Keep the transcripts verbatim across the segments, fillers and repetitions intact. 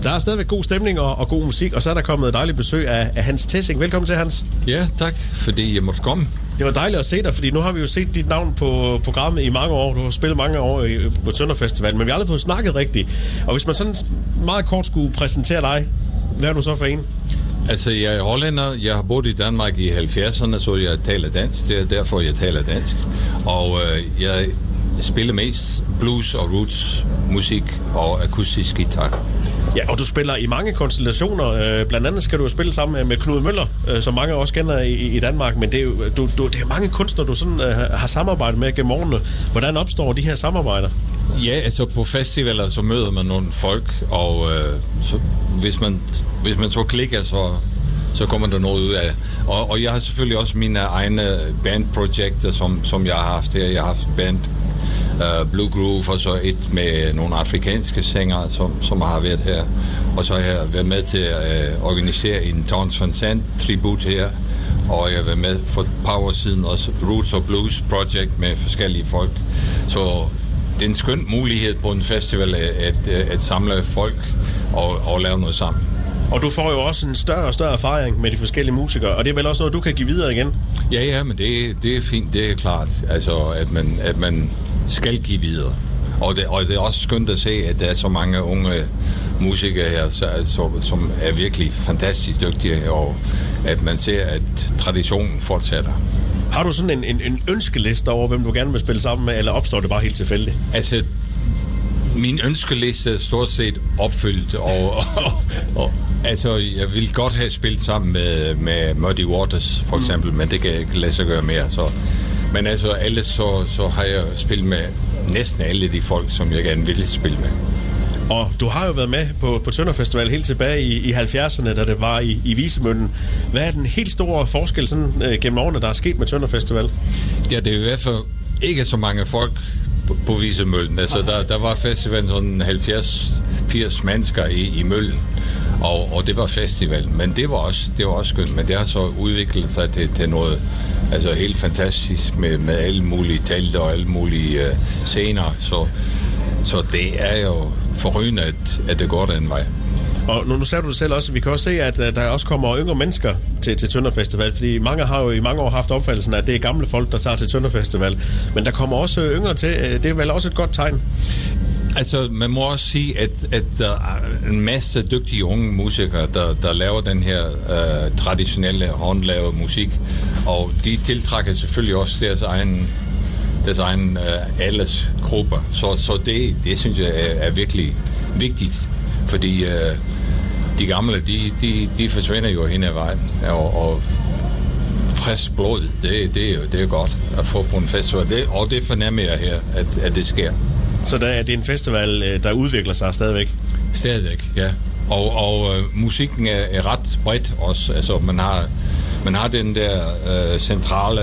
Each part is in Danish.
Der er stadigvæk god stemning og, og god musik, og så er der kommet et dejligt besøg af, af Hans Theessing. Velkommen til, Hans. Ja, tak, fordi jeg måtte komme. Det var dejligt at se dig, fordi nu har vi jo set dit navn på programmet i mange år. Du har spillet mange år i, på Tønder Festival, men vi har aldrig fået snakket rigtigt. Og hvis man sådan meget kort skulle præsentere dig, hvad er du så for en? Altså, jeg er hollænder. Jeg har boet i Danmark i halvfjerdserne, så jeg taler dansk. Det er derfor, jeg taler dansk. Og øh, jeg spiller mest blues og roots musik og akustisk guitar. Ja, og du spiller i mange konstellationer. Blandt andet skal du spille sammen med Knud Møller, som mange også kender i, i Danmark. Men det er jo du, du, det er mange kunstnere, du sådan, uh, har samarbejdet med gennem årene. Hvordan opstår de her samarbejder? Ja, altså på festivaler, så møder man nogle folk, og øh, så, hvis, man, hvis man så klikker, så, så kommer der noget ud af. Og, og jeg har selvfølgelig også mine egne bandprojekter, som, som jeg har haft her. Jeg har haft band Uh, Blue Groove, og så et med nogle afrikanske sangere, som, som har været her. Og så har jeg været med til at uh, organisere en Towns Van Sant tribut her, og jeg har været med for et par år siden også Roots og Blues Project med forskellige folk. Så det er en skøn mulighed på en festival at, at, at samle folk og, og lave noget sammen. Og du får jo også en større og større erfaring med de forskellige musikere, og det er vel også noget, du kan give videre igen? Ja, ja, men det, det er fint, det er klart. Altså, at man, at man skal give videre. Og det, og det er også skønt at se, at der er så mange unge musikere her, så, så, som er virkelig fantastisk dygtige, og at man ser, at traditionen fortsætter. Har du sådan en, en, en ønskeliste over, hvem du gerne vil spille sammen med, eller opstår det bare helt tilfældigt? Altså, min ønskeliste er stort set opfyldt, og, og, og altså, jeg vil godt have spillet sammen med, med Muddy Waters, for eksempel, mm. men det kan jeg ikke lade sig gøre mere, så... Men altså, ellers så, så har jeg spillet med næsten alle de folk, som jeg gerne ville spille med. Og du har jo været med på, på Tønder Festival helt tilbage i, i halvfjerdserne, da det var i, i Visemøllen. Hvad er den helt store forskel sådan, øh, gennem årene, der er sket med Tønder Festival? Ja, det er jo i hvert fald ikke så mange folk på, på Visemøllen. Altså, der, der var festivalen sådan halvfjerds firs mennesker i, i Møllen. Og, og det var festival, men det var også, det var også skønt, men det har så udviklet sig til, til noget altså helt fantastisk med, med alle mulige telte og alle mulige uh, scener, så, så det er jo forrygende, at, at det går den vej. Og nu, nu sagde du det selv også, at vi kan også se, at, at der også kommer yngre mennesker til, til Tønder Festival, fordi mange har jo i mange år haft opfattelsen af, at det er gamle folk, der tager til Tønder Festival, men der kommer også yngre til. Det er vel også et godt tegn? Altså, man må også sige, at, at der er en masse dygtige unge musikere, der, der laver den her uh, traditionelle håndlavede musik, og de tiltrækker selvfølgelig også deres egen, deres egen uh, aldersgrupper. Så, så det, det synes jeg er, er virkelig vigtigt, fordi uh, de gamle, de, de, de forsvinder jo hen ad vejen, og, og frisk blod, det, det, er jo, det er godt at få på en festival, det, og det fornemmer jeg her, at, at det sker. Så der er det en festival, der udvikler sig stadigvæk? Stadigvæk, ja. Og, og øh, musikken er, er ret bredt også. Altså, man har, man har den der øh, centrale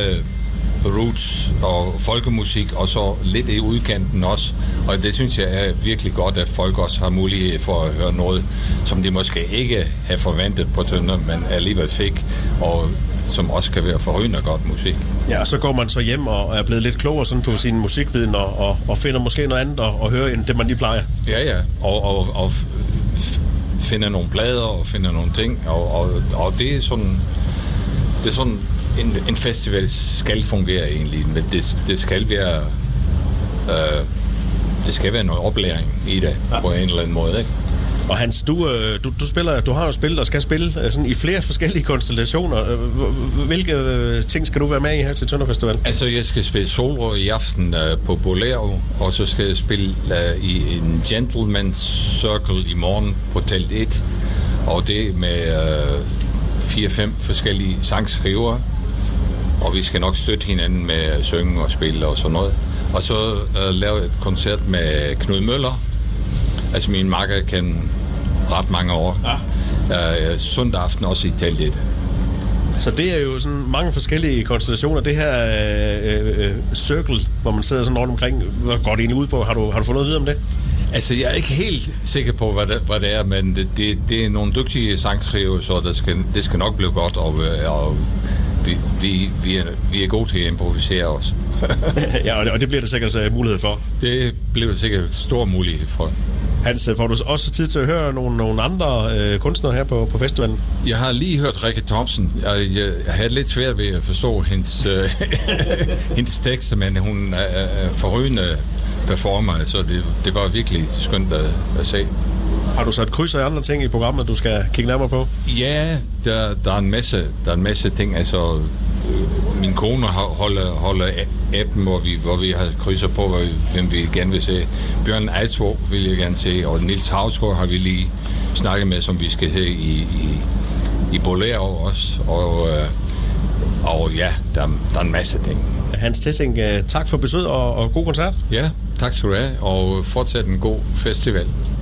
roots og folkemusik, og så lidt i udkanten også. Og det synes jeg er virkelig godt, at folk også har mulighed for at høre noget, som de måske ikke har forventet på Tønder, men alligevel fik, og som også kan være forrygende godt musik. Ja, og så går man så hjem og er blevet lidt klogere sådan på sin musikviden og, og, og finder måske noget andet at, at høre, end det man lige plejer. Ja, ja, og, og, og f- finder nogle plader og finder nogle ting, og, og, og det er sådan, det er sådan en, en festival skal fungere egentlig, men det, det skal være øh, det skal være noget oplæring i det, ja, på en eller anden måde, ikke? Og Hans, du, du, du, spiller, du har jo spillet og skal spille sådan i flere forskellige konstellationer. Hvilke ting skal du være med i her til Tønder Festival? Altså, jeg skal spille solo i aften uh, på Bolero, og så skal jeg spille uh, i en Gentleman's Circle i morgen på Telt et, og det med uh, fire-fem forskellige sangskrivere, og vi skal nok støtte hinanden med at synge og spille og sådan noget. Og så uh, lave et koncert med Knud Møller. Altså, min makker kan ret mange år. Ja. Uh, søndag aften også i Telt et. Så det er jo sådan mange forskellige konstellationer. Det her øh, øh, circle, hvor man sidder sådan rundt omkring, hvad går det egentlig ud på? Har du, har du fået noget at vide om det? Altså, jeg er ikke helt sikker på, hvad det, hvad det er, men det, det, det er nogle dygtige sangskriver, så det skal, det skal nok blive godt, og, og vi, vi, vi, er, vi er gode til at improvisere også. Ja, og det, og det bliver der sikkert uh, mulighed for. Det bliver der sikkert stor mulighed for. Hans, får du også tid til at høre nogle, nogle andre øh, kunstnere her på, på festivalen? Jeg har lige hørt Rikke Thomsen. Jeg, jeg, jeg havde lidt svært ved at forstå hendes, øh, hendes tekster, men hun er, er forrygende performer, så det, det var virkelig skønt at, at se. Har du sat kryds og andre ting i programmet, du skal kigge nærmere på? Ja, der, der, er, en masse, der er en masse ting. Altså, øh, min kone holder, holder appen, hvor vi, hvor vi har krydser på, hvor vi, hvem vi gerne vil se. Bjørn Eidsvåg vil jeg gerne se, og Niels Hausgaard har vi lige snakket med, som vi skal se i, i, i Bolero også. Og, øh, og ja, der, der er en masse ting. Hans Tessing, tak for besøget og, og god koncert. Ja, tak skal du have, og fortsat en god festival.